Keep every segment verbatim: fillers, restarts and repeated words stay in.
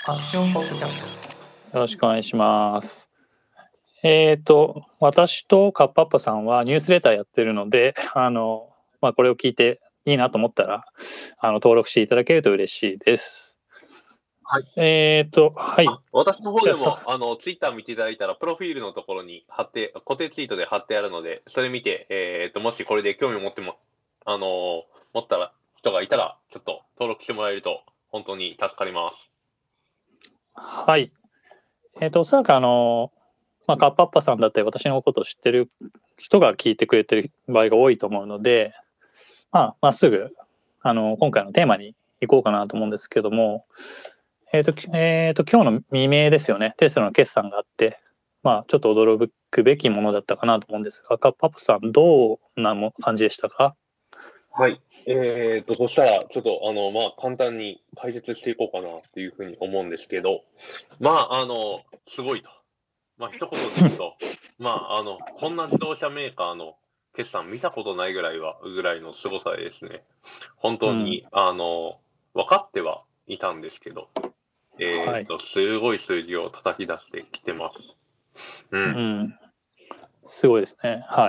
アクションポッドキャスト。 よろしくお願いします。えっ、と私とカッパッパさんはニュースレターやってるので、あのまあこれを聞いていいなと思ったらあの登録していただけると嬉しいです。 はい。 えっ、とはい。 あ、私の方でもじゃあさあのツイッター見ていただいたらプロフィールのところに貼って固定ツイートで貼ってあるので、それ見てえっ、ともしこれで興味を持ってもあのー持ったら人がいたらちょっと登録してもらえると本当に助かります。 はい。えっ、とおそらくあのまあカッパッパさんだったり私のことを知ってる人が聞いてくれてる場合が多いと思うので、まあまっすぐあの今回のテーマに行こうかなと思うんですけども。えーとえーと今日の未明ですよね、テスラの決算があって、まあ、ちょっと驚くべきものだったかなと思うんですが、カッパップさん、どうな感じでしたか？ はい。えっとそしたらちょっとあのまあ簡単に解説していこうかなっていうふうに思うんですけど、まああのすごいと。まあ一言で言うと、まああのこんな自動車メーカーの決算見たことないぐらいはぐらいの凄さですね。本当に、うん、あの分かってはいたんですけど、えっと、はい、すごい数字を叩き出してきてます。うん。うん、 すごいですね。はい。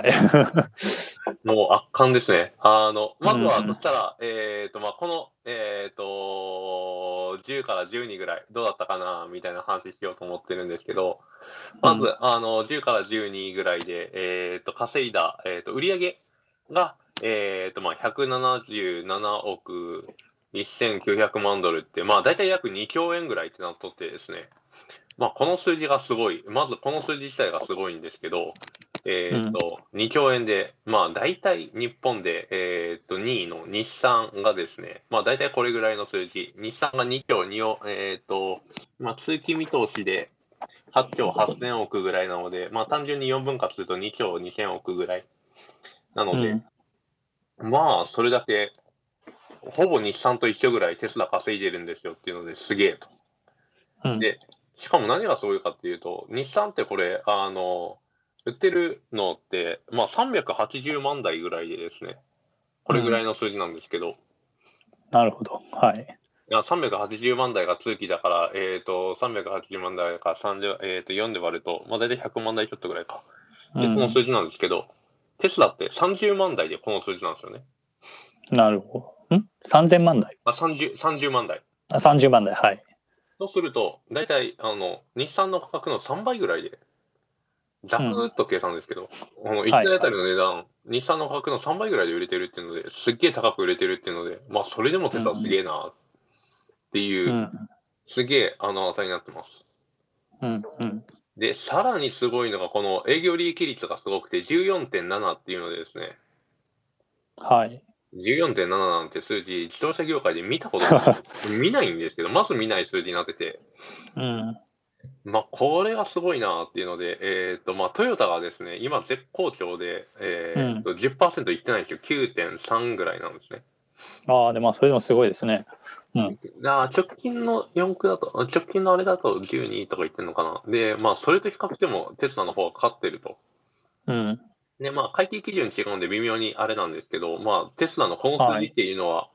もう圧巻ですね。あのまずは、うん、そしたら、えっとまあこのえっとじゅうからじゅうにぐらいどうだったかなみたいな話しようと思ってるんですけど。まず、うん、あのじゅうからじゅうにぐらいで、えー、と稼いだ、えー、と売上が、えーとまあ、ひゃくななじゅうななおくせんきゅうひゃくまんドルって、まあ、大体約にちょうえんぐらいってなっとってですね、まあ、この数字がすごい、まずこの数字自体がすごいんですけど、えーとうん、にちょうえんで、まあ、大体日本で、えー、とにいの日産がですね、まあ、大体これぐらいの数字、日産がにちょうにを、えーとまあ、通期見通しで、はっちょうはっせんおくぐらいなので、まあ単純によんぶん割するとにちょうにせんおくぐらいなので、うん、まあそれだけ、ほぼ日産と一緒ぐらいテスラ稼いでるんですよっていうのですげえと。うん、で、しかも何がすごいかっていうと、日産ってこれ、あの、売ってるのって、まあさんびゃくはちじゅうまんだいぐらいでですね、これぐらいの数字なんですけど。うん、 なるほど。はい。 いやさんびゃくはちじゅうまんだいが通期だから、えっ、ー、と、さんびゃくはちじゅうまんだいからさんじゅう、えー、とよんで割ると、まあ大体ひゃくまんだいちょっとぐらいか。で、その数字なんですけど、うん、テスラってさんじゅうまんだいでこの数字なんですよね。 なるほど。ん ?さんぜんまんだいあ、さんじゅう、さんじゅうまんだい。 あ、さんじゅうまんだい、はい。 そうすると、大体、あの、日産の価格のさんばいぐらいで、ざくっと計算ですけど、うん、あの、いちだいあたりの値段、はいはい、日産の価格のさんばいぐらいで売れてるっていうので、すっげえ高く売れてるっていうので、まあ、それでもテスラすげえなっていう、うん、すげえあの値になってます。 うんうん、 で、さらにすごいのが、この営業利益率がすごくて じゅうよんてんなな っていうのでですね。 はい。 じゅうよんてんなな なんて数字、自動車業界で見たことない。見ないんですけど、まず見ない数字になってて。 うん。 まあ、これがすごいなっていうので、えっと、まあ、トヨタがですね、今絶好調で、えっと、うん、じゅっパーセント いってないんですよ。きゅうてんさん ぐらいなんですね。 ああ、でもそれでもすごいですね。うん。 直近のよんくだと、直近のあれだとじゅうにとか言ってるのかな。で、まあ、それと比較してもテスラの方が勝ってると。 うん。 で、まあ、会計基準違うんで微妙にあれなんですけど、まあ、テスラのこの数字っていうのは、はい、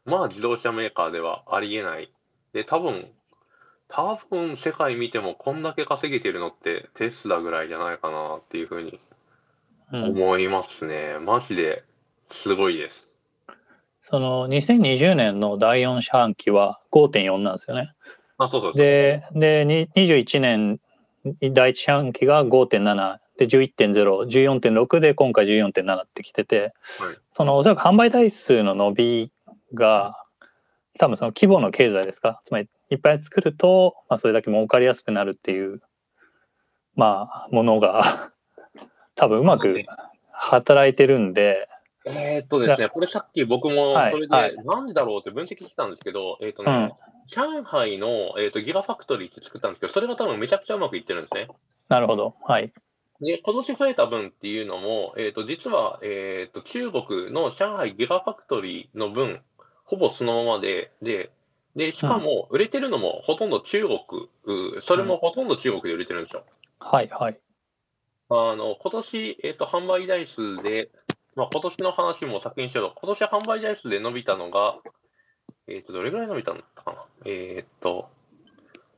まあ、自動車メーカーではありえない。で、多分、多分、世界見てもこんだけ稼げてるのってテスラぐらいじゃないかなっていうふうに思いますね。うん、マジですごいです。 そのにせんにじゅうねんのだいよん四半期は ごてんよん なんですよね。 あ、そうそうそう。 で、で、にじゅういちねんだいいち四半期が ごてんなな で じゅういってんゼロ、じゅうよんてんろく で今回 じゅうよんてんなな ってきてて、はい、そのおそらく販売台数の伸びが多分その規模の経済ですか、つまりいっぱい作ると、まあ、それだけ儲かりやすくなるっていうまあものが多分うまく働いてるんで。 えー、っとですね、これさっき僕もそれでなんでだろうって分析してたんですけど、えー、っとね、うん、上海の、えー、っとギガファクトリーって作ったんですけど、それが多分めちゃくちゃうまくいってるんですね。 なるほど。はい。 で、今年増えた分っていうのも、えー、っと実は、えー、っと中国の上海ギガファクトリーの分、ほぼそのままで、で、でしかも売れてるのもほとんど中国、うん、それもほとんど中国で売れてるんですよ。 うん、はいはい。 あの今年、えー、っと販売台数で、まあ、今年の話も先にしようと、今年販売台数で伸びたのが、えっ、ー、と、どれぐらい伸びたんだったかな。えっ、ー、と、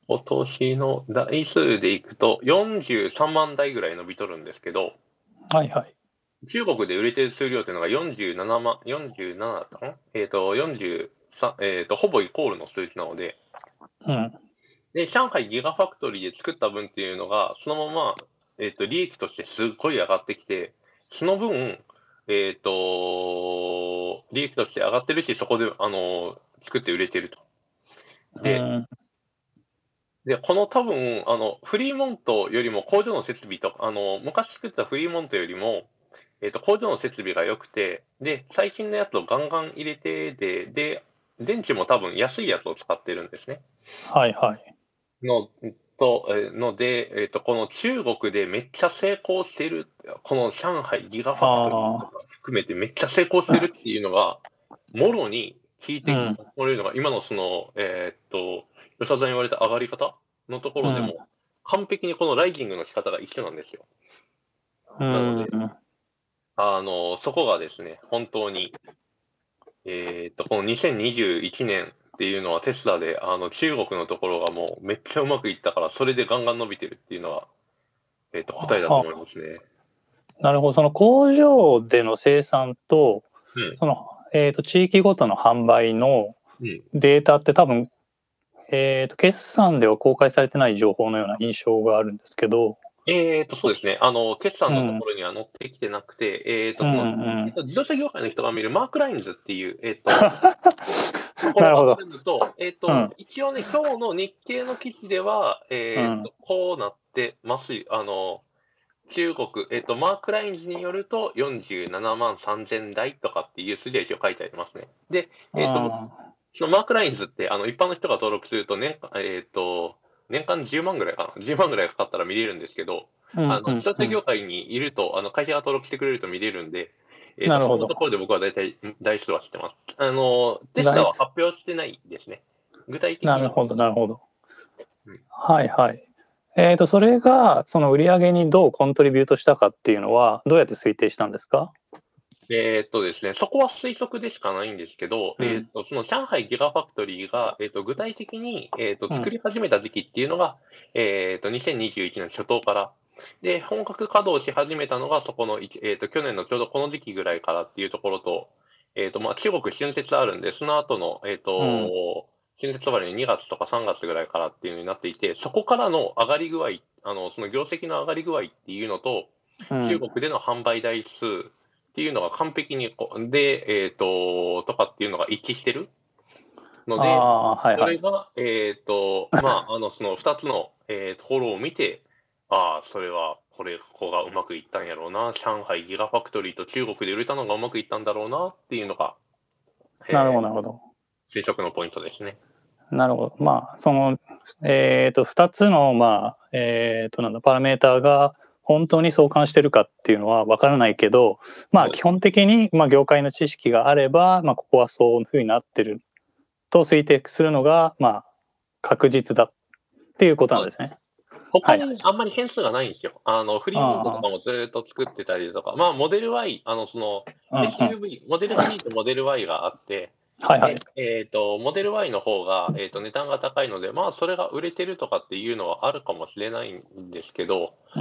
今年の台数でいくとよんじゅうさんまんだいぐらい伸びとるんですけど、 はいはい。 中国で売れてる数量っていうのがよんじゅうななまん、よんじゅうななだったかなえっ、と、よんじゅうさん、えっ、と、ほぼイコールの数字なので、 うん。 で、上海ギガファクトリーで作った分っていうのが、そのまま、えっ、と、利益としてすっごい上がってきて、その分、えっ、と、利益として上がってるし、そこで、あの、作って売れてると。で、 うん。 で、この多分、あの、フリーモントよりも工場の設備とか、あの、昔作ったフリーモントよりも、えっと、工場の設備が良くて、で、最新のやつをガンガン入れて、で、で、電池も多分安いやつを使ってるんですね。 はいはい。 の、と、え、ので、えっと、この中国でめっちゃ成功してる、この上海ギガファクトリーとあか含めてめっちゃ成功してるっていうのが、もろに効いあ、うてん。 これるのが、今のその、えーっと、吉田さんに言われた上がり方のとこうん。 ろでも、完璧にこのライジングの仕方が一緒なんですよ。 うなので、 ん。 あの、そこがですね、本当に、えーっと、このにせんにじゅういちねんっていうのはテスラで、あの、中国のところがもうめっちゃうまくいったから、それでガンガン伸びてるっていうのは、えーっと、答えだと思いあ、 ますね。 なるほど。その工場での生産と、 うん、 その、えっと、地域ごとの販売のうん。 データって多分、えっと、決算では公開されてない情報のような印象があるんですけど、 えーと、そうですね。あの、決算のとうん。 ころには載ってきてなくて、えーと、 うんその、 うん。 えっと、自動車業界の人が見るマークラインズっていう、えっと、ところがあなるほど。 るのと、えっと、 うん。 一応ね、今日の日経の記事では、 うん。 えっと、こうなってますよ。あの、中国、えっと、マークラインズによるとよんじゅうななまんさんぜんだいとかっていう数字は一応書いてありますね。で、えっと、 あそのマークラインズって、あの、一般の人が登録すると、年間、えっと、年間じゅうまんぐらいかな。じゅうまんぐらいかかったら見れるんですけど、 あ、うんうあの、自動車んうん。 業界にいると、あの、会社が登録してくれると見れるんで、えっと、 なるほど。 そんなところで僕は大体、台数は知ってます。あの、テスラ大は発表してないですね。具体的な。 なるほどなるほど。 うん。 はいはい。えっと、それが、その売り上げにどうコントリビュートしたかっていうのは、どうやって推定したんですか？ えーっとですね、そこは推測でしかないんですけど、 うん。 えーっと、その上海ギガファクトリーが、えーっと、具体的に、えーっと、 うん。 作り始めた時期っていうのが、えーっと、にせんにじゅういちねん初頭から。で、本格稼働し始めたのが、そこのいち、えーっと、去年のちょうどこの時期ぐらいからっていうところと、えーっと、まあ、中国春節あるんで、その後の、えーっうん。 と、春節終わりににがつとかさんがつぐらいからっていうのになっていて、そこからの上がり具合、あの、その業績の上がり具合っていうのと、 うん。 中国での販売台数っていうのが完璧にこう、で、えっと、とかっていうのが一致してるのあで、 あ、はいはい。 それが、えっと、まあ、あの、そのふたつの、えーところを見て、ああ、それは、これ、ここがうまくいったんやろうな、上海ギガファクトリーと中国で売れたのがうまくいったんだろうなっていうのが、 なるほえどなるほど。 ー、推測のポイントですね。 なるほど。まあ、その、えっと、ふたつの、まあ、えっと、なんだ、パラメーターが本当に相関してるかっていうのは分からないけど、まあ、基本そうですね。 的に、まあ、業界の知識があれば、まあ、ここはそういうふうになってると推定するのが、まあ、確実だっていうことなそうですね。 んですね。はいはい。 他にあんまり変数がないんですよ。あの、フリーモントとあかもずーっと作ってたりとか、まあ、モデル Y、あの、その、 あ、うんうん。 エスユーブイ、モデルスリーとモデル Y があって、 はいはい。 で、えっと、モデル Y の方が、えっと、値段が高いので、まあ、それが売れてるとかっていうのはあるかもしれないんですけど、 うん。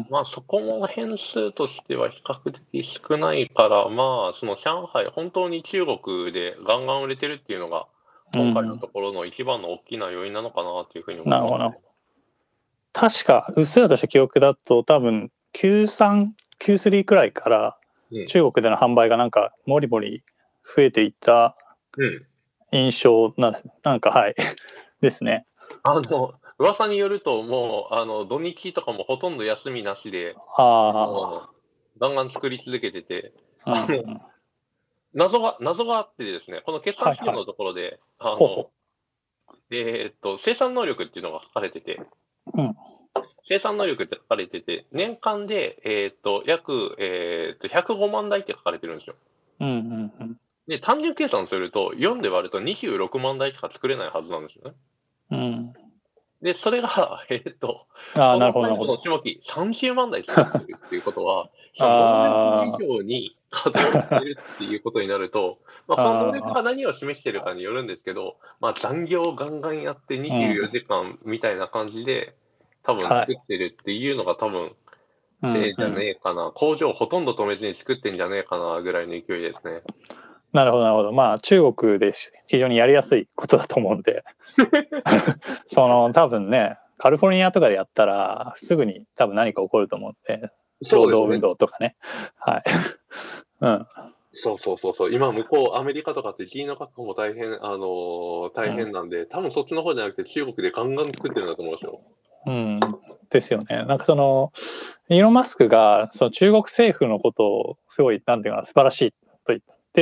まあ、そこも変数としては比較的少ないから、まあ、その上海、本当に中国でガンガン売れてるっていうのが、今回のうん。 ところの一番の大きな要因なのかなというふうに思いなるほど。 ますね。 確か、うっすらとした記憶だと、多分、キュースリー、キュースリーくらいから、 うん。 中国での販売がなんか、もりもり増えていったうん。 印象なんです。なんか、はい。ですね。 あの、噂によると、もう、あの、土日とかもほとんど休みなしで、もあう、ガンガン作り続けてて、 あ、うんあの、 うん。 謎が謎があってですね、この決算はいはい。 資料のところで、あの、 ほうほえーっと、生産能力っていうのが書かれてて、 う。うん。 生産能力って書かれてて、年間で、えーっと、約、えーっと、ひゃくごまん台って書かれてるんですよ。 うんうんうん。 で、単純計算すると、よんで割るとにじゅうろくまん台しか作れないはずなんですよね。 うん。 で、それが、えーっと、 ああ、 こなるほどなの最後のるほど。 下期、さんじゅうまん台作ってるっていうことは、その能力以ああ、 上に稼働してるっていうことになると、まあ、この能力あが何を示しているかによるんですけど、まあ、残業をガンガンやってあ、う 24 ん。 時間みたいな感じで、多分はい。 作ってるっていうのが多分、 うん、 せいじゃうん。 ねえかな。工場ほとんど止めずに作ってんじゃねえかなぐらいの勢いですね。 なるほど、なるほど。まあ、中国で非常にやりやすいことだと思うんで、その、多分ね、カリフォルニアとかでやったら、すぐに多分何か起こると思うんで、労働運そうですね。 動とかね。はい。うん。 そうそうそうそう。今、向こう、アメリカとかって人員の確保も大変、あのー大うん。 変なんで、多分そっちの方じゃなくて中国でガンガン作ってるんだと思うんですよ。 うん。ですよね。なんかその、イーロン・マスクが、その中国政府のことをすごい、なんていうかな、素晴らしいと言って、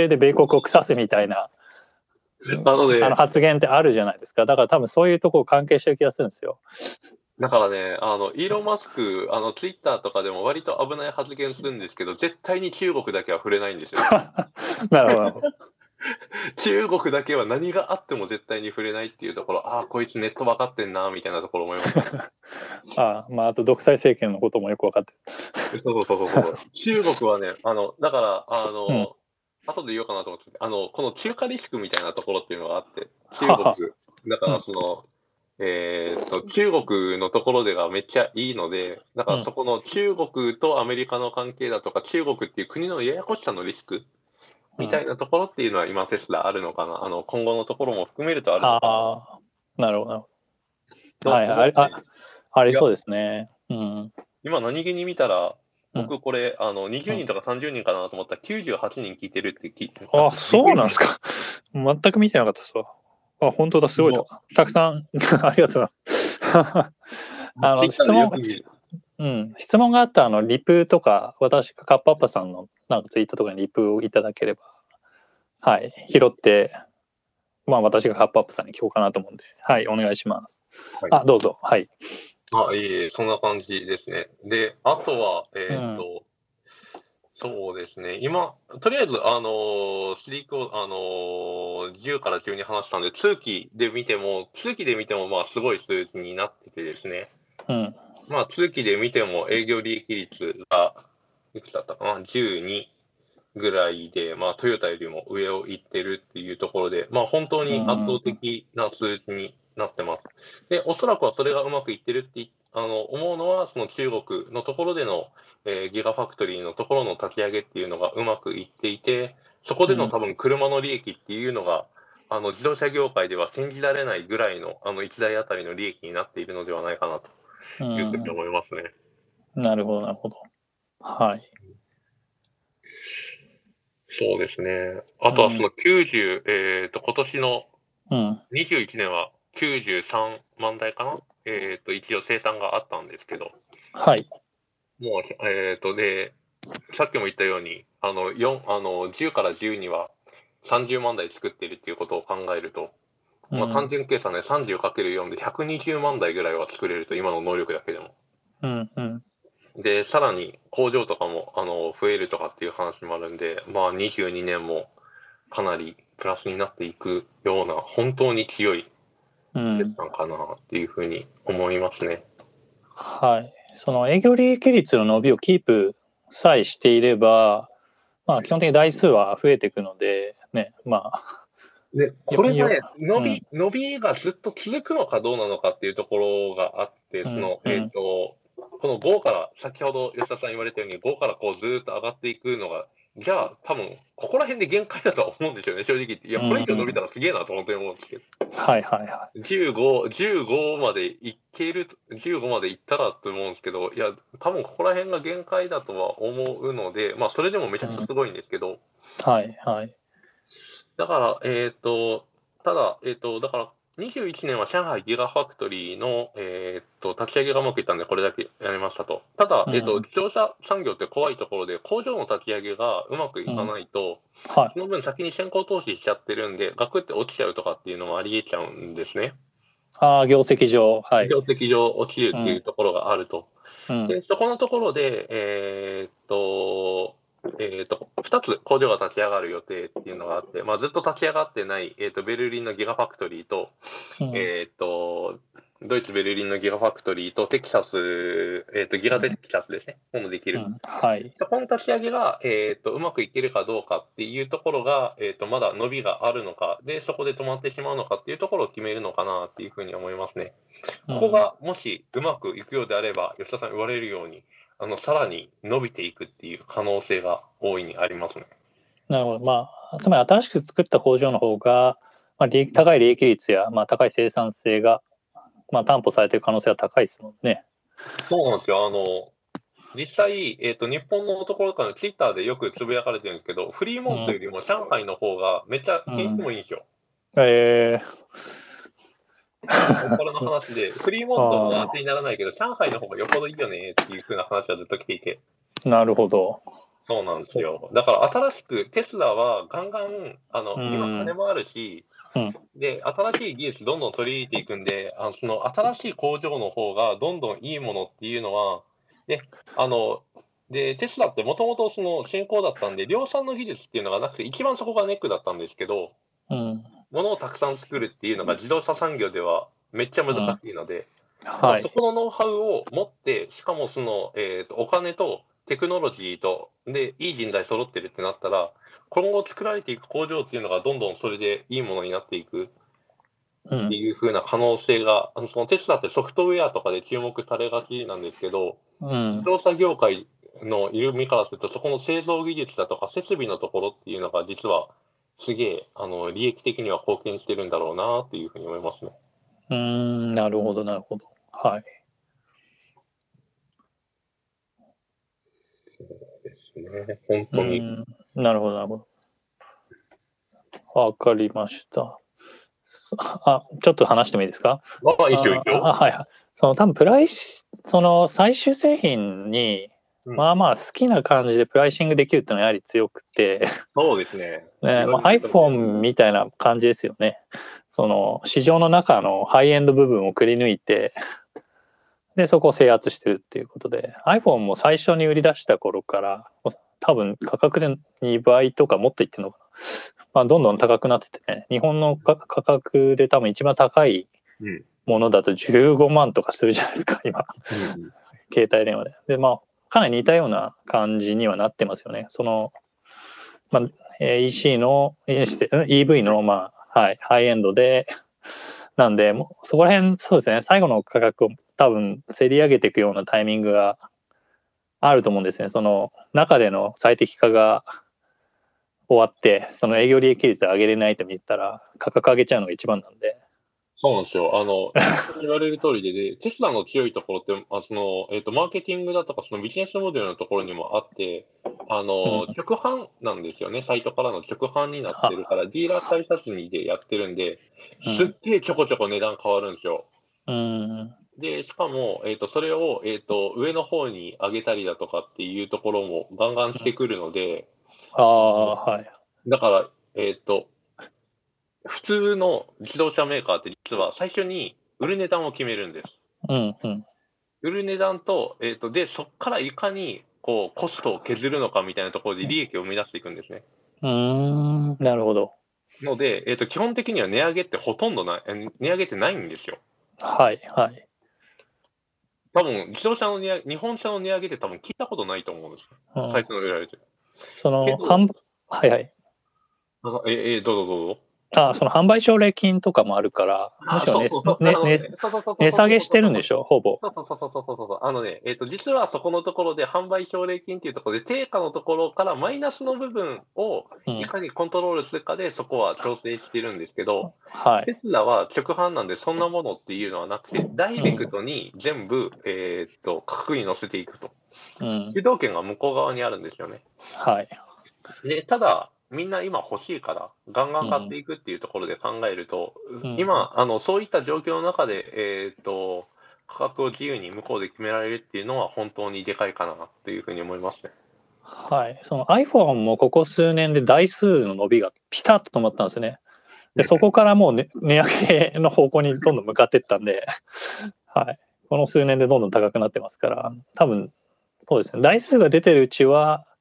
で、米国を腐すみたいな、 なので、 あの発言ってあるじゃないですか。だから多分そういうところ関係してる気がするんですよ。 だからね、あの、イーロン・マスク、あの、ツイッターとかでも割と危ない発言するんですけど、絶対に中国だけは触れないんですよ。 なるほど、なるほど。 中国だけは何があっても絶対に触れないっていうところ、ああ、こいつネット分かってんな、みたいなところ思いますね。 あまあ、あと独裁政権のこともよく分かってそうそうそうそうそう。中国はね、あの、だから、ある。うん。 の、後で言おうかなと思ってて、あの、この中華リスクみたいなところっていうのがあって、中国、 はは。 だからうん。 その、えーっと、中国のところでがめっちゃいいので、だかうん。 らそこの中国とアメリカの関係だとか、中国っていう国のややこしさのリスクうん。 みたいなところっていうのは今テスラあるのかな、あの、今後のところも含めるとあるのかなああ、なるほど、なるほど。 とはい、あり、あ、 思って、いや、 ありそうですね。うん。 今何気に見たら、 うん。 僕これ、あの、20 うん。 人とかさんじゅうにんかなと思ったらきゅうじゅうはちにん聞いてるって聞いて、あ、 あ、 びっくりしました。 そうなんですか。全く見てなかったですわ。あ、本当だ、すごいた、 もたくさんありがとうございます。 う、 あの、 ツイッターでよ質問、 く見る。 うん、質問があったあのリプとか、私カッパッパさんのなんかツイートとかにリプをいただければ、はい、拾って、まあ私がカッパッパさんに聞こうかなと思うんで、はい、お願いします。 はい。 あ、どうぞ。はい。 あ、いえいえ、そんな感じですね。で、あとは、 うん。 えっと、そうですね。今、とりあえず、あの、スリークを、あの、じゅうからじゅうに話したんで、通期で見ても、通期で見ても、まあ、すごい数字になっててですね。 うん。 まあ、通期で見ても営業利益率が、いくつだったかな、じゅうにぐらいで、まあ、トヨタよりも上を行ってるっていうところで、まあ、本当うに圧倒ん。 的な数字になってます。で、おそらくはそれがうまくいってるっていあの思うのは、その中国のところでの、えーギガファクトリーのところの立ち上げっていうのがうまくいっていて、そこうん。 での多分車の利益っていうのが、あの自動車業界では信じられないぐらいのあのいちだいあたりの利益になっているのではないかなとういうふうにん。 思いますね。 なるほど、なるほど。はい。 そうですね。あうん。 とはそのきゅうじゅう、えっと、今年のうん。 にじゅういちねんはきゅうじゅうさんまん台かな、えっと、一応生産があったんですけど、 はい。 もう、えっと、で、さっきも言ったように、あの、よん、あの、じゅうからじゅうにはさんじゅうまん台作っているっていうことを考えると、まあ、単うん。 純計算で さんじゅうかけるよん でひゃくにじゅうまん台ぐらいは作れると、今の能力だけでも。 うん。うん。 で、さらに工場とかも、あの、増えるとかっていう話もあるんで、まあ、にじゅうにねんもかなりプラスになっていくような、本当に強いうん。 決算かなっていうふうに思いますね。 はい。その営業利益率の伸びをキープさえしていれば、まあ基本的に台数は増えていくので、ね、まあ、 で、こよ、よ、 れがね、伸うん。 び、伸びがずっと続くのかどうなのかっていうところがあって、 うん。 その、えっうん。 と、このごから、先ほど吉田さん言われたようにごからこうずーっと上がっていくのが、じゃあ多分、ここら辺で限界だとは思うんですよね、正直言って。いや、 うこれ以上伸びたん。 らすげえなと本当に思うんですけど。 はいはいはじゅうご、じゅうごまでいける、じゅうごまでいったらと思うんですけど、いや、多分ここら辺が限界だとは思うので、まあ、それでもめちい。うん。 ゃくちゃすごいんですけど、 はいはい。 だから、えっと、ただ、えっと、だから、にじゅういちねんは上海ギガファクトリーの、えっと、立ち上げがうまくいったんで、これだけやりましたと。ただ、えっと、 うん。 自動車産業って怖いところで、工場の立ち上げがうまくいかうん。 ないと、 はい。 その分先に先行投資しちゃってるんで、ガクって落ちちゃうとかっていうのもありえちゃうんですね。 ああ、業績上、はい。 業績上落ちるっていううん。 ところがあると。 うん。 で、そこのところで、えーっと、 えー、とふたつ工場が立ち上がる予定っていうのがあって、まあ、ずっと立ち上がってない、えー、とベルリンのギガファクトリーと、 うんえー、とドイツ・ベルリンのギガファクトリーとテキサス、えー、とギガテキサスですね、もできる。 うんはい。 そこの立ち上げが、えー、とうまくいけるかどうかっていうところが、えー、とまだ伸びがあるのかで、そこで止まってしまうのかっていうところを決めるのかなっていうふうに思いますね。ここうんがもしうまくいくようであれば、吉田さん言われるように、あのさらに伸びていくっていう可能性が大いにありますね。 なるほど。まあ、つまり新しく作った工場の方が、まあ、利益高い利益率や、まあ、高い生産性が、まあ、担保されている可能性は高いですもんね。 そうなんですよ。あの実際、えー、と日本のところからツイッターでよくつぶやかれてるんですけど、フリーモントよりも上海の方がめっちゃ品質もいいんですよ。 うん、えこれのー、 話で、フリーモントは当てにならないけど、上海の方がよっぽどいいよねっていう風な話はずっと来ていて。 なるほど。 そうなんですよ。だから新しく、テスラはガンガン、あの、 う今金んもあるし、 うんで、新しい技術どんどん取り入れていくんで、あのその新しい工場の方がどんどんいいものっていうのは、で、あの、で、テスラってもともとその新興だったんで、量産の技術っていうのがなくて、一番そこがネックだったんですけど、 うんものをたくさん作るっていうのが自動車産業ではめっちゃ難うんしいので、まあ、そはい。 このノウハウを持って、しかもその、えーと、お金とテクノロジーと、で、いい人材揃ってるってなったら、今後作られていく工場っていうのがどんどんそれでいいものになっていくってうんいう風な可能性が、あのそのテスラってソフトウェアとかで注目されがちなんですけど、 うん自動車業界のいる身からすると、そこの製造技術だとか設備のところっていうのが実はすげえ、あの、利益的には貢献してるんだろうなっていうふうに思いますね。 うーんなるほどなるほど。はい。 ですね。本う当に。 んなるほどなるほど。わかりました。あ、ちょっと話してもいいですか？ ああ、いいっすよ、いいっあすよ。 あはいはい。その多分プライスその最終製品にうん。 まあまあ好きな感じでプライシングできるっていうのはやはり強くて、 そうですね。 ね、 言わまあ、 れる通りで。 iPhone みたいな感じですよね。その市場の中のハイエンド部分をくり抜いて、でそこを制圧してるっていうことで、 iPhone も最初に売り出した頃から多分価格でにばいとかもっといってるのかな、まあ、どんどん高くなっててね、日本の価格で多分一番高いうん。 ものだとじゅうごまんとかするじゃないですか今、 うん。 携帯電話で。でまあかなり似たような感じにはなってますよね。その、まあ、イーシー の イーブイ の、まあはい、ハイエンドでなんでもうそこら辺そうですね、最後の価格を多分競り上げていくようなタイミングがあると思うんですね。その中での最適化が終わってその営業利益率上げれないと見たら価格上げちゃうのが一番なんで。 そうなんですよ。あの、言われる通りで、で、テスラの強いところって、あその、えっと、マーケティングだとか、そのビジネスモデルのところにもあって、あの、 うん直販なんですよね。サイトからの直販になってるかはら、ディーラー対策にでやってるんで、すっうんげえちょこちょこ値段変わるんですよ。 うんで、しかも、えっと、それを、えっと、上の方に上げたりだとかっていうところもガンガンしてくるので、 ああはいだから、えっと、普通の自動車メーカーって実は最初に売る値段を決めるんです。 うんうん売る値段と、えっと、で、そこからいかに、こう、コストを削るのかみたいなところで利益を生み出していくんですね。 うーんなるほど。 ので、えっと、基本的には値上げってほとんどない、え値上げってないんですよ。 はいはい多分、自動車の値上げ、日本車の値上げって多分聞いたことないと思うんですよ。 うん最初の売られてる。 そけど、 の販はいはいあえ、え、どうぞどうぞ。 あその販売奨励金とかもあるからむあ、 しろねそうそうそう。あねねのね、そうそうそうそう値下げしそうそうそうそう。 てるんでしょほぼ。 そうそうそうそうそうそうそう。あのね、えっと、実はそこのところで販売奨励金っていうところで、定価のところからマイナスの部分をうんいかにコントロールするかで、そこは調整してるんですけど、テはいスラは直販なんでそんなものっていうのはなくて、ダイレクうんトに全部、えーっと、価格に乗せていくと。 うん主導権が向こう側にあるんですよね。 はいで、ただ、みんな今欲しいから、ガンガン買っうんていくっていうところで考えると、 うん今、あの、そういった状況の中で、えーっと、価格を自由に向こうで決められるっていうのは本当にでかいかなっていうふうに思いますね。 はい、その iPhone もここ数年で台数の伸びがピタッと止まったんですね。でそこからもう、ね、値上げの方向にどんどん向かっていったんで、はい、この数年でどんどん高くなってますから、多分そうですね、台数が出てるうちは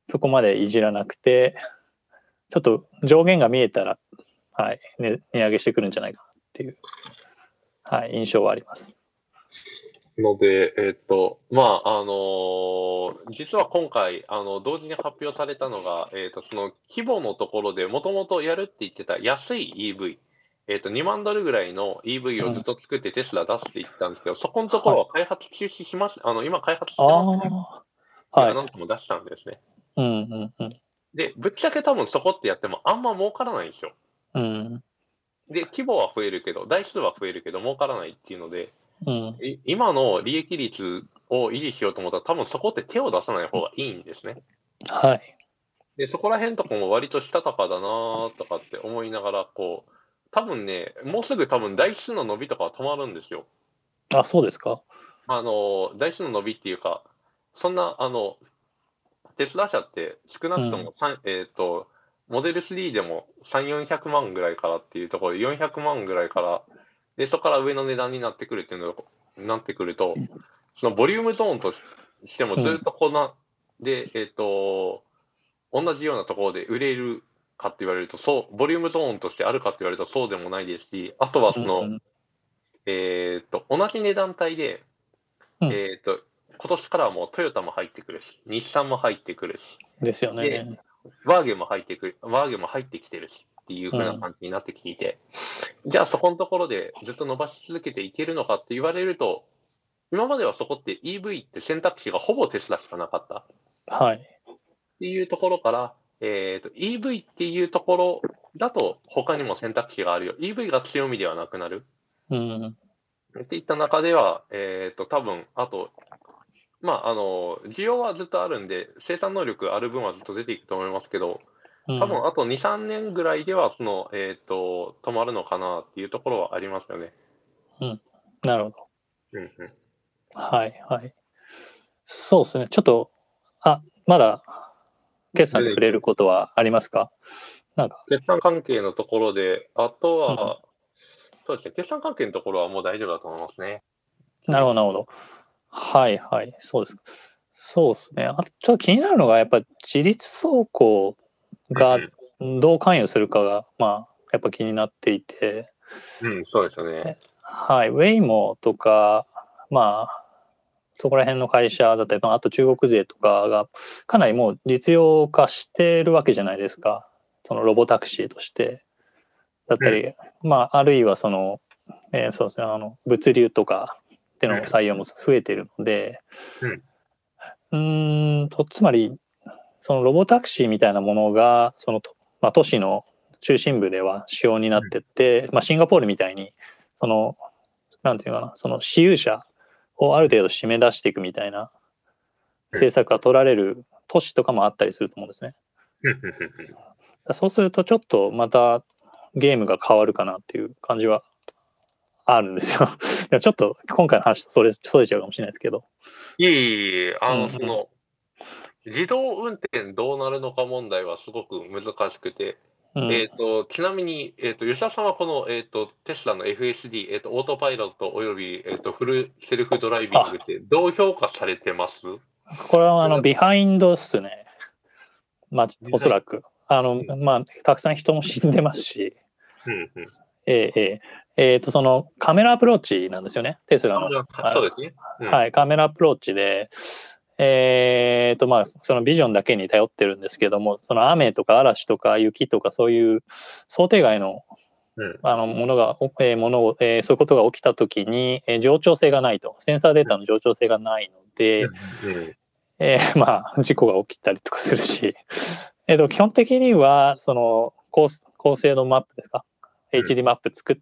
そこまでいじらなくて、ちょっと上限が見えたら、はい、ね、値上げしてくるんじゃないかなっていう、はい、印象はあります。 ので、えっと、まあ、あのー実は今回、あの、同時に発表されたのが、えっと、その規模のところでもともとやるって言ってた安い イーブイ、えっと、にまんドルぐらいの イーブイ をずっと作ってテスラ出すって言ってたんですけど、そこのとこはい。 ろは開発中止しましあの、今開発しあてますねあ、 っていうはい。 アナウンスも出したんですね。 うんうんうん。 で、ぶっちゃけ多分そこってやってもあんま儲からないんですよ。 うんで、規模は増えるけど、台数は増えるけど儲からないっていうので、 うんい今の利益率を維持しようと思ったら、多分そこって手を出さない方がいいんですね。 はい。 で、そこら辺とかも割としたたかだなとかって思いながら、こう、多分ね、もうすぐ多分台数の伸びとかは止まるんですよ。 あ、そうですか。 あの、台数の伸びっていうか、そんな、あの、テスラ社って少なくとうんもさん、えっと、モデルスリーでもさん、よんひゃくまんぐらいからっていうところで、よんひゃくまんぐらいから、で、そこから上の値段になってくるっていうのになってくると、そのボリュームゾーンとしてもずっとこんな、で、えっと、同じようなところで売れるかって言われると、そう、ボリュームゾーンとしてあるかって言われるとそうでもないですし、あとはその、 うんえっと、同じ値段帯で、 うんえっと、今年からはもうトヨタも入ってくるし、日産も入ってくるし、 ですよで、 ね。 ワーゲンも入ってくる、ワーゲンも入ってきてるしっていう風なうん感じになってきていて、じゃあそこのところでずっと伸ばし続けていけるのかって言われると、今まではそこって イーブイ って選択肢がほぼテスラしかなかったっはい。 ていうところから、えっと、イーブイ っていうところだと他にも選択肢があるよ。イーブイ が強みではなくなるうんっていった中では、えっと、多分、あと、まあ、あの、需要はずっとあるんで、生産能力ある分はずっと出ていくと思いますけど、 うん多分あとに、さんねんぐらいでは、その、えっと、止まるのかなっていうところはありますよね。 うん。なるほど。 うんうん。 はいはい。そうですね。ちょっと、あ、まだ決算で触れることはありますか？なんか、 決算関係のところで、あとうん。 は、そうですね、決算関係のところはもう大丈夫だと思いますね。 なるほどなるほど。はいはい。そうです。そうですね。あとちょっと気になるのがやっぱ自立走行がうんどう関与するかが、まあ、やっぱ気になっていて、 うん。うん、そうですよね。 えはい、ウェイモとか、まあ、そこら辺の会社だったり、まああと中国勢とかがかなりもう実用化してるわけじゃないですか。そのロボタクシーとしてだったうん。 り、まあ、あるいはその、えーそうですね、あの物流とかっていうのうん。 も採用も増えてるので、 うん。 うーんとつまりそのロボタクシーみたいなものがその、まあ、都市の中心部では主要になってって、まあ、シンガポールみたいにそのなんていうかな、その私有者をある程度締め出していくみたいな政策が取られる都市とかもあったりすると思うんですね。 うんうんうんうん。 そうするとちょっとまたゲームが変わるかなっていう感じはあるんですよ。いやちょっと今回の話とそれそれちゃうかもしれないですけど。 いえいえいえ、あの、 うんうんその、自動運転どうなるのか問題はすごく難しくて、 うんえっと、ちなみに、えっと、吉田さんはこの、えっと、テスラの エフエスディー、えっと、オートパイロットおよび、えっと、フルセルフドライビンあグってどう評価されてます？ これはあのビハインドっすね。まあおそはい。 らくあのうん、 まあたくさん人も死んでますし、 うん、うん。 えー、えーえーとそのカメラアプローチなんですよね、テスラの。 あ、そうですね。うん。 はい、カメラアプローチで、えーとまあ、そのビジョンだけに頼ってるんですけども、その雨とか嵐とか雪とかそういう想定外のうん。 あのものが、えーものをえーそういうことが起きたときに、えー冗長性がないと、センサーデータの冗長性がないので、 うん、うん。 えーまあ、事故が起きたりとかするし、えーと基本的にはその高高精度マップですか、 うん。 エイチディー マップ作って、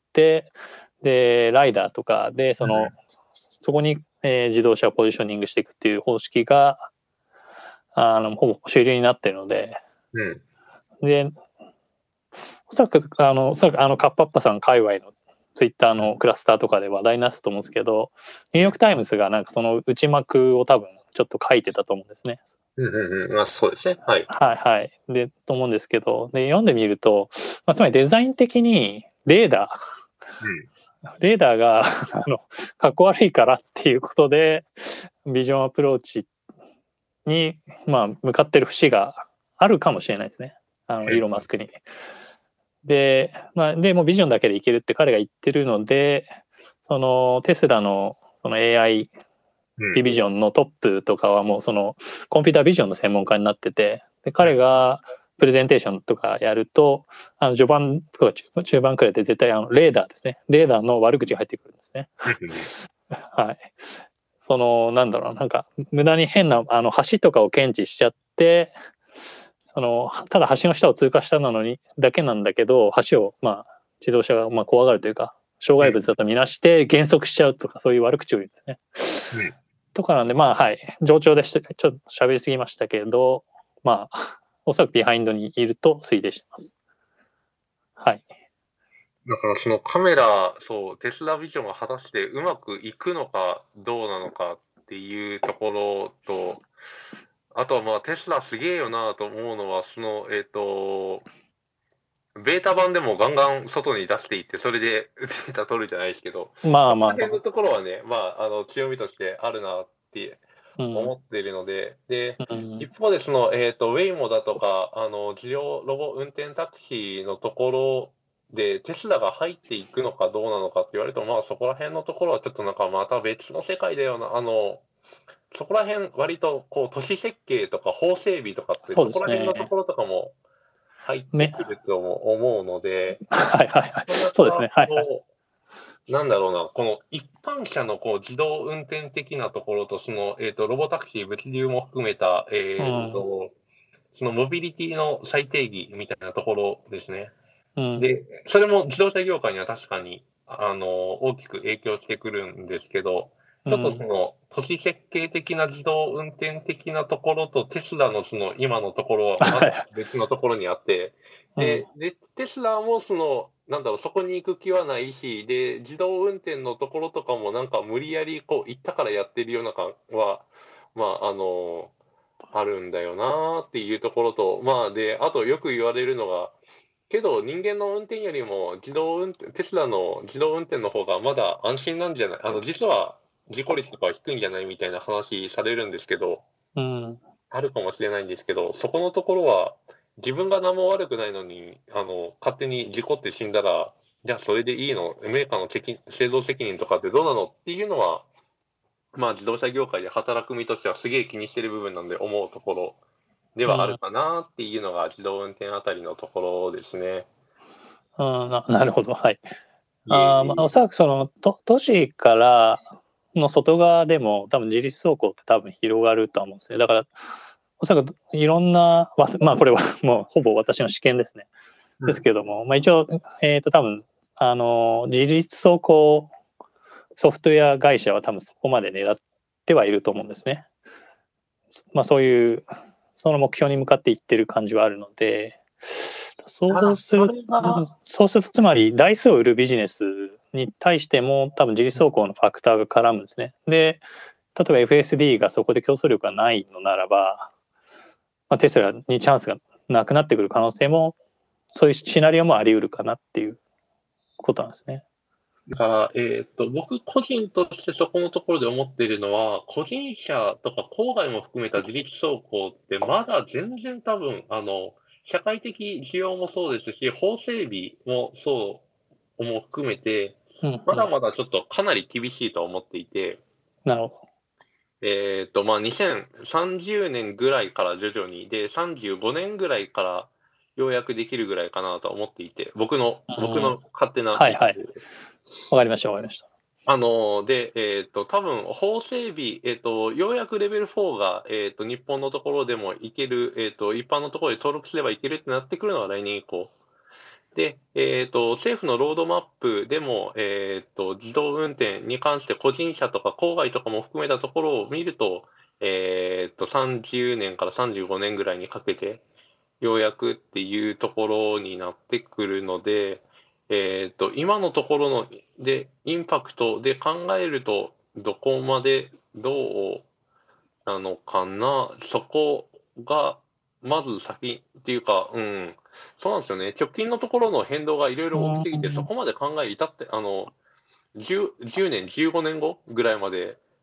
でライダーとかでその、 うん。 そこに、えー自動車をポジショニングしていくっていう方式があのほぼ主流になっているので、 うん。 でおそらくあのおそらくあのカッパッパさん界隈のツイッターのクラスターとかで話題になったと思うんですけど、ニューヨーク・タイムズがなんかその内幕を多分ちょっと書いてたと思うんですね。 うんうんうん。まあ、そうですね。はい。 はいはい。でと思うんですけど、で読んでみると、まあ、つまりデザイン的にレーダうん。 ーレーダーがあのかっこ悪いからっていうことでビジョンアプローチに、まあ、向かってる節があるかもしれないですね。あの、 うんイーロン・マスクに。で、まあ、でもうビジョンだけでいけるって彼が言ってるので、そのテスラのその エーアイ ディビジョンのトップとかはもうそのコンピュータービジョンの専門家になってて、で彼がプレゼンテーションとかやると、あの序盤とか中盤くらいで絶対あのレーダーですね、レーダーの悪口が入ってくるんですね。はい。そのなんだろう、なんか無駄に変なあの橋とかを検知しちゃって、そのただ橋の下を通過したなのにだけなんだけど、橋をまあ自動車がまあ怖がるというか障害物だと見なして減速しちゃうとか、そういう悪口を言うんですね。 うんとかなんで、まあはい冗長でしちょっと喋りすぎましたけど、まあおそらくビハインドにいると推定してます。はい。 だからそのカメラ、そう、テスラビジョンが果たしてうまくいくのかどうなのかっていうところと、あとはまあテスラすげえよなと思うのは、その、えっと、ベータ版でもガンガン外に出していって、それでデータ取るじゃないですけど、 まあまあまそこら辺のところはね、まあ、あの強みとしてあるなってあ。うん。 思っているので、で、 うん一方でその、えっと、ウェイモだとか、あの、自動ロボ運転タクシーのところで、テスラが入っていくのかどうなのかって言われると、まあ、そこら辺のところはちょっとなんかまた別の世界だよな、あの、そこら辺割とこう都市設計とか法整備とかってそうそですね。 こら辺のところとかも入ってめくるとも思うので、 はいはいはい。 なかなそうですね。 かはいはい。 こう、なんだろうな、この一般車のこう自動運転的なところと、その、えっと、ロボタクシー、物流も含めた、えっうん。 と、そのモビリティの最定義みたいなところですね。 うん。 で、それも自動車業界には確かに、あの、大きく影響してくるんですけど、ちょっとそうん。 の、都市設計的な自動運転的なところと、テスラのその今のところはまたはいはい。 別のところにあって、 うんで、で、テスラもその、なんだろう、そこに行く気はないし、で、自動運転のところとかもなんか無理やりこう行ったからやってるような感は、まあ、あの、あるんだよなっていうところと、まあで、あとよく言われるのが、けど人間の運転よりも自動運転、テスラの自動運転の方がまだ安心なんじゃない、あの、実は事故率とかは低いんじゃないみたいな話されるんですけど、 うん。 あるかもしれないんですけど、そこのところは自分が何も悪くないのに、あの、勝手に事故って死んだら、じゃあそれでいいの、メーカーの責製造責任とかってどうなのっていうのは、まあ自動車業界で働く身としてはすげえ気にしてる部分なんで思うところではあるうん。 かなっていうのが自動運転あたりのところですね。 うんななるほど。はい。 いえあーまあ、おいえ。 そらくその都都市からの外側でも多分自立走行って多分広がるとは思うんですね。だからおそらくいろんなわまあこれはもうほぼ私の試験ですね。ですけども、まあ、一応、えー、と多分あの自立走行ソフトウェア会社は多分そこまで狙ってはいると思うんですね。まあそういうその目標に向かっていってる感じはあるので、そうただ、そするれが、 そうするとつまり台数を売るビジネスに対しても多分自立走行のファクターが絡むんですね。で、例えば エフエスディー がそこで競争力がないのならば、まあ、テスラにチャンスがなくなってくる可能性も、そういうシナリオもあり得るかなっていうことなんですね。 だから、えっと、僕個人としてそこのところで思っているのは、個人車とか郊外も含めた自立走行ってまだ全然多分、あの、社会的需要もそうですし、法整備もそうも含めて、まだうんうん。 まだちょっとかなり厳しいと思っていて、 なるほえっと、まあ、にせんさんじゅうねんぐらいから徐々に、で、さんじゅうごねんぐらいからようやくできるぐらいかなと思っていて、僕の、 ど。うん。 僕の勝手な理はいはい。 解です。 わかりました、わかりました。 あの、で、えっと、多分法整備、えっと、ようやくレベルフォーが、えっと、日本のところでもいける、えっと、一般のところで登録すればいけるってなってくるのが来年以降。で、えっと、政府のロードマップでも、えっと、自動運転に関して個人車とか郊外とかも含めたところを見ると、えっと、さんじゅうねんからさんじゅうごねんぐらいにかけて、ようやくっていうところになってくるので、えっと、今のところので、インパクトで考えると、どこまでどうなのかな、そこが、まず先っていうか、うん、そうなんですよね。直近のところの変動がいろいろうん大きすぎて、そこまで考え至って、あの、じゅう、じゅうねん、じゅうごねんごぐらいまで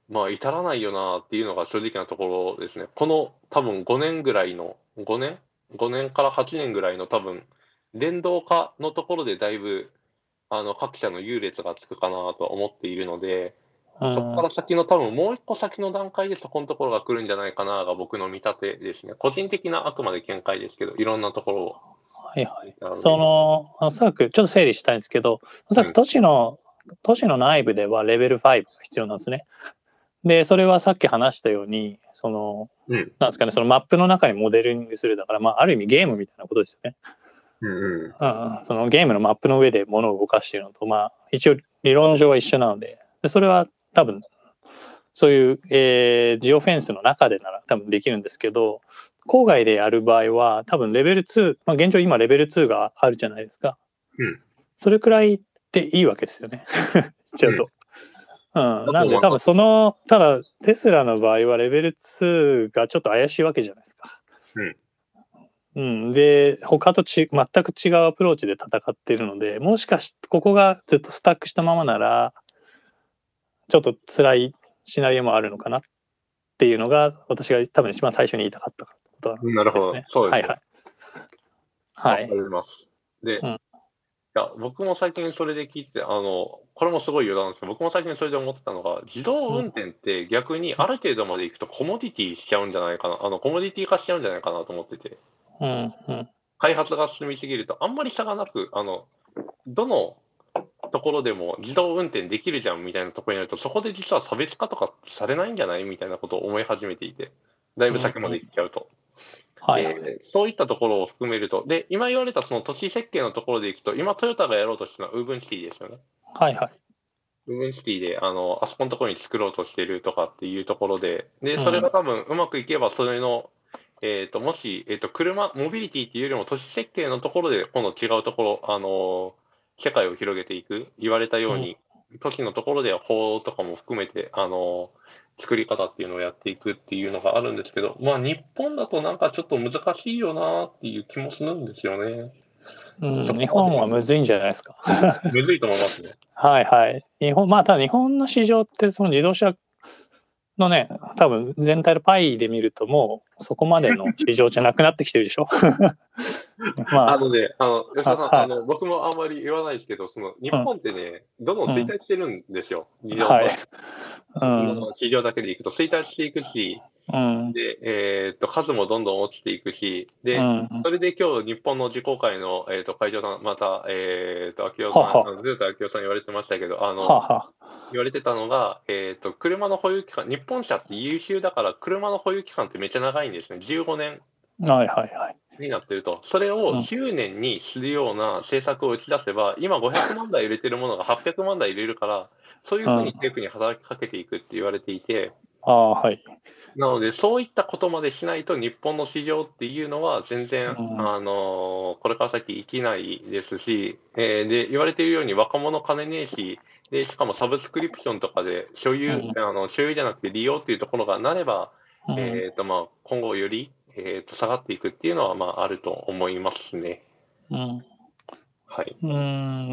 まあ、至らないよなっていうのが正直なところですね。この多分ごねんぐらいの、ごねん ?ご 年からはちねんぐらいの多分、電動化のところでだいぶ、あの、各社の優劣がつくかなとは思っているので、 うん。はそこから先の多分もう一個先の段階でそこのところが来るんじゃないかなが僕の見立てですね。個人的なあくまで見解ですけど、いろんなところをいはい。 見たので。 その、おそらく、ちょっと整理したいんですけど、おそらくうん。 都市の、都市の内部ではレベルファイブが必要なんですね。で、それはさっき話したように、その、 うん。 なんですかね、そのマップの中にモデリングするだから、まあ、ある意味ゲームみたいなことですよね。 うんうん。 うんうん、そのゲームのマップの上で物を動かしているのと、まあ、一応理論上は一緒なので、でそれは多分、そういう、えージオフェンスの中でなら多分できるんですけど、郊外でやる場合は多分レベルツー、まあ、現状今レベルツーがあるじゃないですか。 うん。 それくらいでいいわけですよね。言っちゃうん。 うと。うん、 だなんで多分と思います。 その、ただテスラの場合はレベルツーがちょっと怪しいわけじゃないですか。 うん。 うん、で、他とち全く違うアプローチで戦っているので、もしかしてここがずっとスタックしたままなら、ちょっと辛いシナリオもあるのかなっていうのが、私が多分一番最初に言いたかったことなるほど。 ですね。 そうですね。 はいはい。はわかい。 ります。で、 うん。 いや、僕も最近それで聞いて、あの、これもすごい余談なんですけど、僕も最近それで思ってたのが、自動うん。 運転って逆にある程度まで行くとコモディティしちゃうんじゃないかな、あの、コモディティ化しちゃうんじゃないかなと思ってて、 うん。うん。 開発が進みすぎるとあんまり差がなく、あの、どのところでも自動運転できるじゃんみたいなところになると、そこで実は差別化とかされないんじゃないみたいなことを思い始めていて、だいうん。 ぶ先まで行っちゃうと。 はいはい。 で、そういったところを含めると、で、今言われたその都市設計のところでいくと、今トヨタがやろうとしてるのはウーブンシティですよね。 はいはい。 ウーブンシティで、あの、あそこのところに作ろうとしてるとかっていうところで、で、それうん。 が多分うまくいけば、それの、えっと、もし、えっと、車、モビリティっていうよりも都市設計のところで、今度違うところ、あの、世界を広げていく、言われたようん。 うに、都市のところでは法とかも含めて、あの、作り方っていうのをやっていくっていうのがあるんですけど、まあ、日本だとなんかちょっと難しいよなっていう気もするんですよね。 うん、日そこまで、 本はむずいんじゃないですか。 むずいと思いますね。 はいはい。日本、まあ、ただ日本の市場ってその自動車のね、多分全体のパイで見るともうそこまでの市場じゃなくなってきてるでしょ。まあ、 あのね、あの、吉田さん、あははい。 の、僕もあんまり言わないですけど、その、日うん、 本ってね、どんどんうん、 衰退してるんですよ。自動はい。 車うん、 の市場だけでいくと衰退していくし、 うん、 で、えーっと、数もどんどん落ちていくし、で、 うん、 それで今日日本の自公会の、えーっと、会長さん、また、えーっと、秋夫さん、あはは、 の、ずっと秋夫さん言われてましたけど、あの、 はは、 言われてたのが、えーっと、車の保有期間、日本車って優秀だから、車の保有期間ってめっちゃ長いんですね。じゅうごねんはいはいはい。 になってると。それをうん、 きゅうねんにするような政策を打ち出せば、今ごひゃくまん台売れてるものがはっぴゃくまん台売れるから、そういううん、 ふうに政府に働きかけていくって言われていて、 ああ、はい。 なので、そういったことまでしないと、日本の市場っていうのは全然、 うん、 あの、これから先生きないですし、えーで、言われているように若者金ねえし、で、しかもサブスクリプションとかで所有、 うん、 あの、所有じゃなくて利用っていうところがなれば、 うん、 えっと、まあ、今後より、えっと、下がっていくっていうのは、まあ、あると思いますね。 うん。 はい。 うん、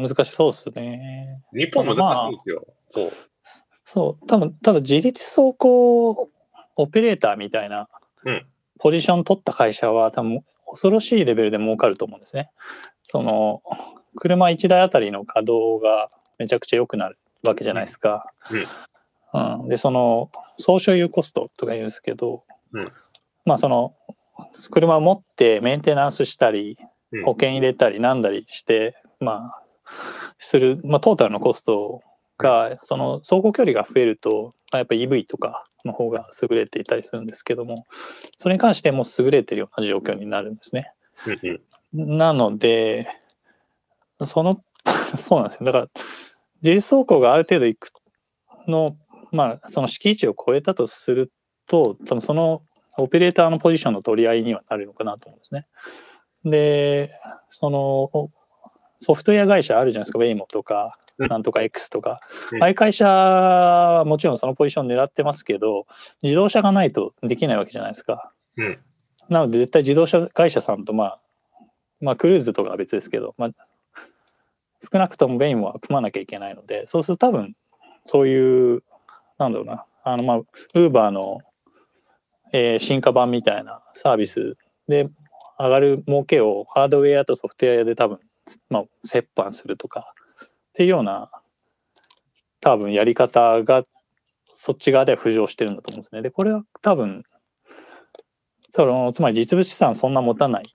難しそうっすね。そ日本難しいのまあ、 んですよ。そう。 そう、多分ただ自律走行オペレーターみたいなうん。 ポジション取った会社は多分恐ろしいレベルで儲かると思うんですね。その車いちだいあたりの稼働がめちゃくちゃ良くなるわけじゃうん。 ないですか。 うん。 うん、でその総所有コストとか言うんですけど、 うん。 まあその車を持ってメンテナンスしたりうん。 保険入れたりなんだりしてまあする、まあ、トータルのコストうん。 がその走行距離が増えると、まあ、やっぱり イーブイ とかの方が優れていたりするんですけども、それに関しても優れているような状況になるんですね。 うん。うん。 なのでそのそうなんですよ。だから自律走行がある程度いくの、まあその敷地を超えたとすると、多分そのオペレーターのポジションの取り合いにはなるのかなと思うんですね。で、そのソフトウェア会社あるじゃないですか、ウェイモとか、 うん。 なんとか X とか、 うん。 ああいう会社はもちろんそのポジション狙ってますけど、自動車がないとできないわけじゃないですか。 うん。 なので絶対自動車会社さんと、まあ、まあ、クルーズとかは別ですけど、まあ、少なくともウェイモは組まなきゃいけないので、そうすると多分、そういう、なんだろうな、 あのまあ Uber の、えー進化版みたいなサービスで上がる儲けをハードウェアとソフトウェアで多分、まあ、折半するとかっていうような多分やり方がそっち側では浮上してるんだと思うんですね。でこれは多分そのつまり実物資産そんな持たない、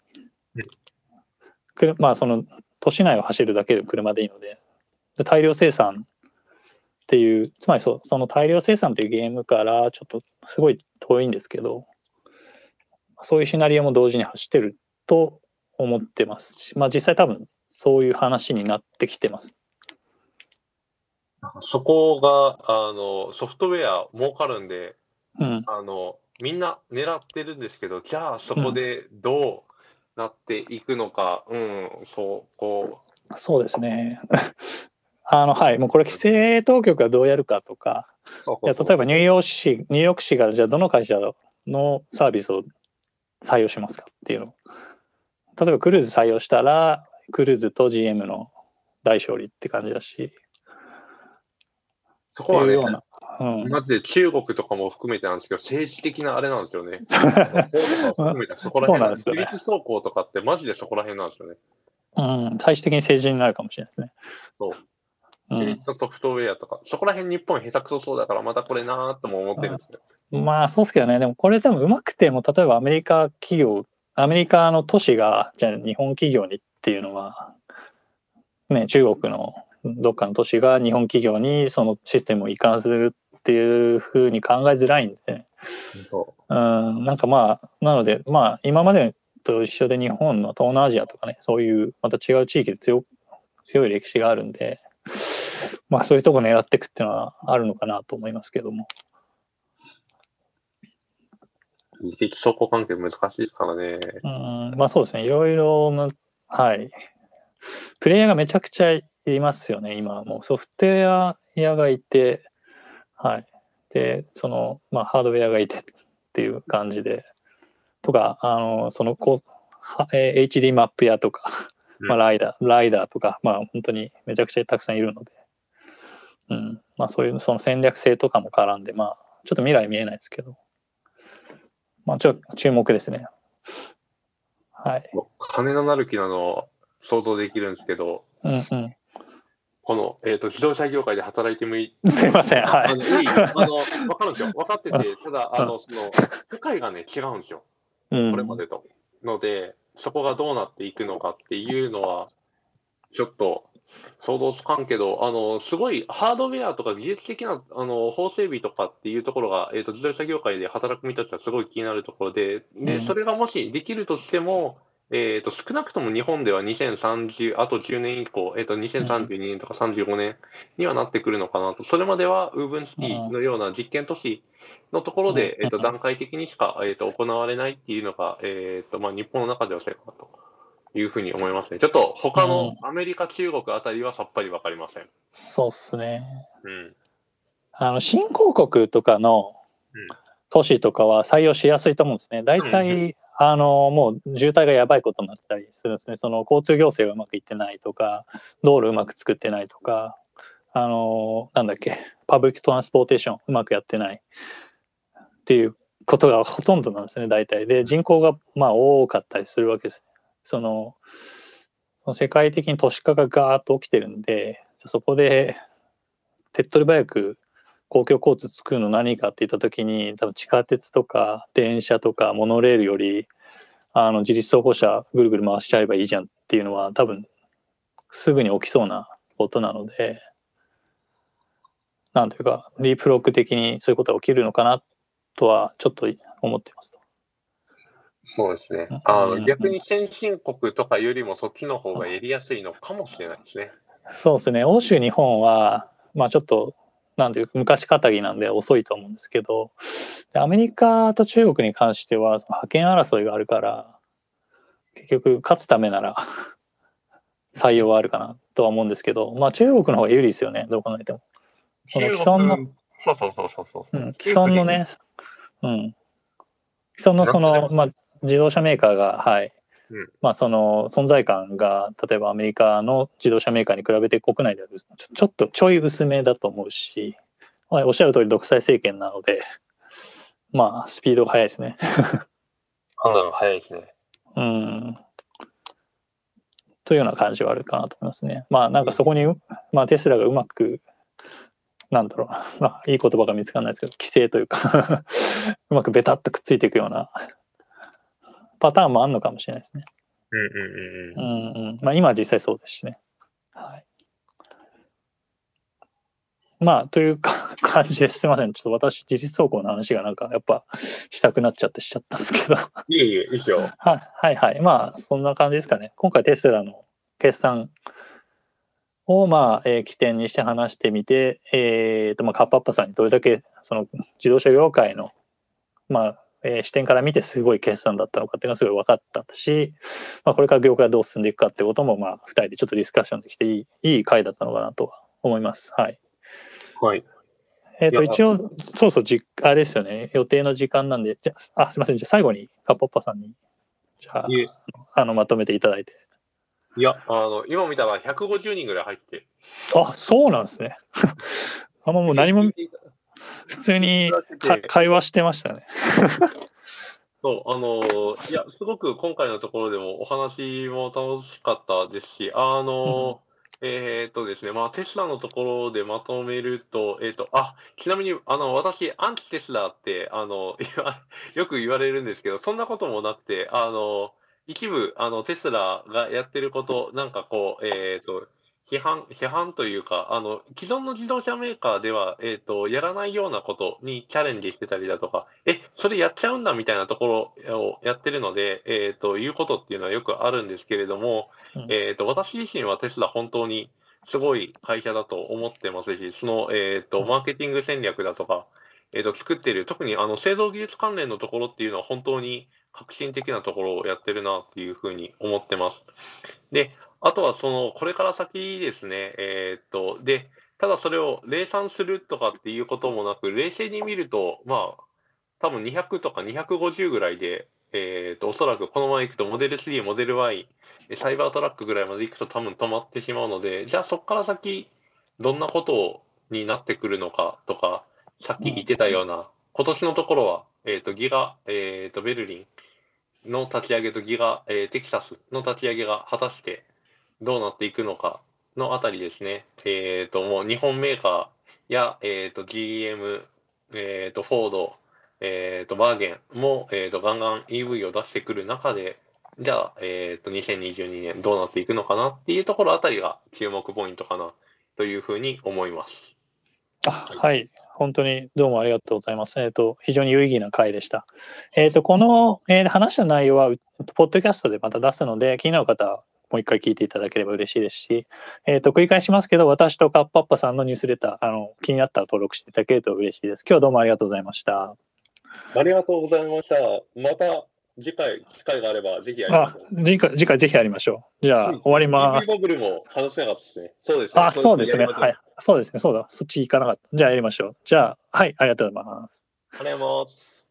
まあその都市内を走るだけで車でいいので、で大量生産っていうつまり そ, その大量生産っていうゲームからちょっとすごい遠いんですけど、そういうシナリオも同時に走ってると思ってますし、まあ実際多分そういう話になってきてます。 そこがあのソフトウェア儲かるんで、 うん、 あのみんな狙ってるんですけど、じゃあそこでどうなっていくのか、うん、そうこうそうですね。あのはいもうこれ規制当局がどうやるかとか、いや例えばニューヨーク市ニューヨーク市がじゃあどの会社のサービスを採用しますかっていうの、例えばクルーズ採用したらクルーズと ジーエム の大勝利って感じだし、 そこはね、 うん、 マジで中国とかも含めてなんですけど、政治的なあれなんですよね。法とかを含めてそこら辺なんですよね。自立走行とかってマジでそこら辺なんですよね。 うん、最終的に政治になるかもしれないですね。 そう。自立のソフトウェアとか、うん、そこら辺日本下手くそそうだからまたこれなーとも思ってるんですよ。 うん、まあそうですけどね、でもこれ多分うまくても例えばアメリカ企業、アメリカの都市がじゃあ日本企業にっていうのは、ね、中国のどっかの都市が日本企業にそのシステムを移管するっていうふうに考えづらいんで、うん、なんかまあなのでまあ今までと一緒で日本の東南アジアとかね、そういうまた違う地域で 強, 強い歴史があるんで、まあそういうとこ狙っていくっていうのはあるのかなと思いますけども。 二的走行関係難しいですからね。 うん、まあそうですね、いろいろな、はい。プレイヤーがめちゃくちゃいますよね、今はもうソフトウェア屋がいて、はい。で、その、まあハードウェアがいてっていう感じで、とか、あの、そのこう、エイチディー マップ屋とか、まあライダー、ライダーとか、まあ本当にめちゃくちゃたくさんいるので、うん、まあそういうその戦略性とかも絡んで、まあちょっと未来見えないですけど、まあちょっと注目ですね。はい。 金のなる木なの想像できるんですけど、 うんうん、 この、えーと、自動車業界で働いてもいい。すいません、はい。 あの、いい、あの、わかるんですよ。分かってて、ただ、あの、その、世界がね、違うんですよ。これまでと。ので、そこがどうなっていくのかっていうのは、ちょっと想像つかんけど、あの、すごいハードウェアとか技術的な、あの、法整備とかっていうところが、えっと、自動車業界で働く身としてはすごい気になるところで、で、それがもしできるとしても、えっと、少なくとも日本ではにせんさんじゅう、あとじゅうねん以降、えっと、にせんさんじゅうにねんとかさんじゅうごねんにはなってくるのかなと。それまでは、ウーブンシティのような実験都市のところで、えっと、段階的にしか、えっと、行われないっていうのが、えっと、まあ、日本の中ではそうかなというふうに思いますね。ちょっと他のアメリカ、中国あたりはさっぱりわかりません。 そうっすね。 うん。 あの、新興国とかの都市とかは採用しやすいと思うんですね。大体、うん、あの、もう渋滞がやばいことになったりするんですね。その交通行政がうまくいってないとか、道路うまく作ってないとか、あの、なんだっけ、パブリックトランスポーテーションうまくやってないっていうことがほとんどなんですね、大体。で、人口がまあ多かったりするわけです。その、世界的に都市化がガーッと起きてるんで、そこで手っ取り早く公共交通作るの何かって言った時に、多分地下鉄とか電車とかモノレールよりあの自律走行車ぐるぐる回しちゃえばいいじゃんっていうのは多分すぐに起きそうなことなので、なんというかリープロック的にそういうことが起きるのかなとはちょっと思ってます。 そうですね。あの、逆に先進国とかよりもそっちの方がやりやすいのかもしれないですね。 そうですね。欧州日本はまあちょっとなんていうか昔かたぎなんで遅いと思うんですけど、アメリカと中国に関しては覇権争いがあるから結局勝つためなら採用はあるかなとは思うんですけど、まあ中国の方が有利ですよね、どう考えても。その既存の、 そうそうそうそうそう、 うん、既存のね、うん、既存のその、まあ、自動車メーカーが、はい、うん、まあその存在感が例えばアメリカの自動車メーカーに比べて国内ではちょ、ちょっとちょい薄めだと思うし、 まあ、おっしゃる通り独裁政権なので、まあ、スピードが速いですね。 判断が早いですね。 うん。というような感じはあるかなと思いますね。まあ、なんかそこに、まあ、テスラがうまく、なんだろうな、まあ、いい言葉が見つからないですけど、規制というかうまくベタっとくっついていくようなパターンもあるのかもしれないですね。 うんうんうんうん。 うんうん。まあ、今は実際そうですしね。はい。まあ、というか感じです。すみません。ちょっと私、自律走行の話がなんか、やっぱ、したくなっちゃってしちゃったんですけどいえいえ、いいですよ。 はいはいはい。まあ、そんな感じですかね。今回テスラの決算を、まあ、えー起点にして話してみて、えーと、まあ、カッパッパさんにどれだけ、その、自動車業界の、まあ、えー視点から見てすごい決算だったのかっていうのがすごい分かったし、まあ、これから業界がどう進んでいくかってことも、まあ、ふたりでちょっとディスカッションできていい、いい回だったのかなとは思います。はい。 はい。 えっ、と、 いや一応、そうそう、じあれですよね。予定の時間なんで、じゃあ、すみません。じゃあ最後にカッパッパさんに、じゃあ、 いえ、 あの、まとめていただいて。 いや、あの、今見たらひゃくごじゅうにんぐらい入って、 あ、そうなんですね。あんまもう何も聞いていた普通に聞いていただかけて会話してましたね。 そう、あの、いや、すごく今回のところでもお話も楽しかったですし、あうんの、えっとですね、まあ、テスラのところでまとめると、えっと、あ、ちなみに、あの、私、アンチテスラって、あの、いやよく言われるんですけど、そんなこともなくて、あの、一部、あの、テスラがやってること、なんかこう、えっと、批判批判というか、あの、既存の自動車メーカーでは、えっと、やらないようなことにチャレンジしてたりだとか、え、それやっちゃうんだみたいなところをやってるので、えっと、いうことっていうのはよくあるんですけれども、 うんえっと、私自身はテスラ本当にすごい会社だと思ってますし、その、えっと、マーケティング戦略だとか、えっと、作っている、特にあの製造技術関連のところっていうのは本当に革新的なところをやってるなっていうふうに思ってます。で、あとはその、これから先ですね、えーっと、で、ただそれを礼賛するとかっていうこともなく、冷静に見ると、まあ、多分にひゃくとかにひゃくごじゅうぐらいで、えーっと、おそらくこのままいくと、モデルスリー、モデル Y、えサイバートラックぐらいまでいくと多分止まってしまうので、じゃあそこから先、どんなことになってくるのかとか、さっうんき言ってたような、今年のところは、えーっと、ギガ、えーっと、ベルリンの立ち上げとギガ、えーテキサスの立ち上げが果たしてどうなっていくのかのあたりですね。えっと、もう日本メーカーや、えっと、ジーエム、えっと、フォード、えっと、バーゲンも、えっと、ガンガン イーブイ を出してくる中で、じゃあ、えっと、にせんにじゅうにねんどうなっていくのかなっていうところあたりが注目ポイントかなというふうに思います。 あ、 はい。 はい。本当にどうもありがとうございます。えっ、と、非常に有意義な回でした。えっ、と、この、えー話した内容は、うポッドキャストでまた出すので、気になる方はもう一回聞いていただければ嬉しいですし、えっ、と、繰り返しますけど、私とカッパッパさんのニュースレター、あの、気になったら登録していただけると嬉しいです。今日はどうもありがとうございました。 ありがとうございました。また次回、機会があればぜひやりましあ、 ょう。 次回、次回ぜひやりましょう。じゃあ、終わりまイーブイす。 バブルも話せなかったですね。そうですね。 あ、そうですね。 やりましょう。 はい。そうですね。そうだ。そっち行かなかった。じゃあやりましょう。じゃあ、はい、ありがとうございます。 ありがとうございます。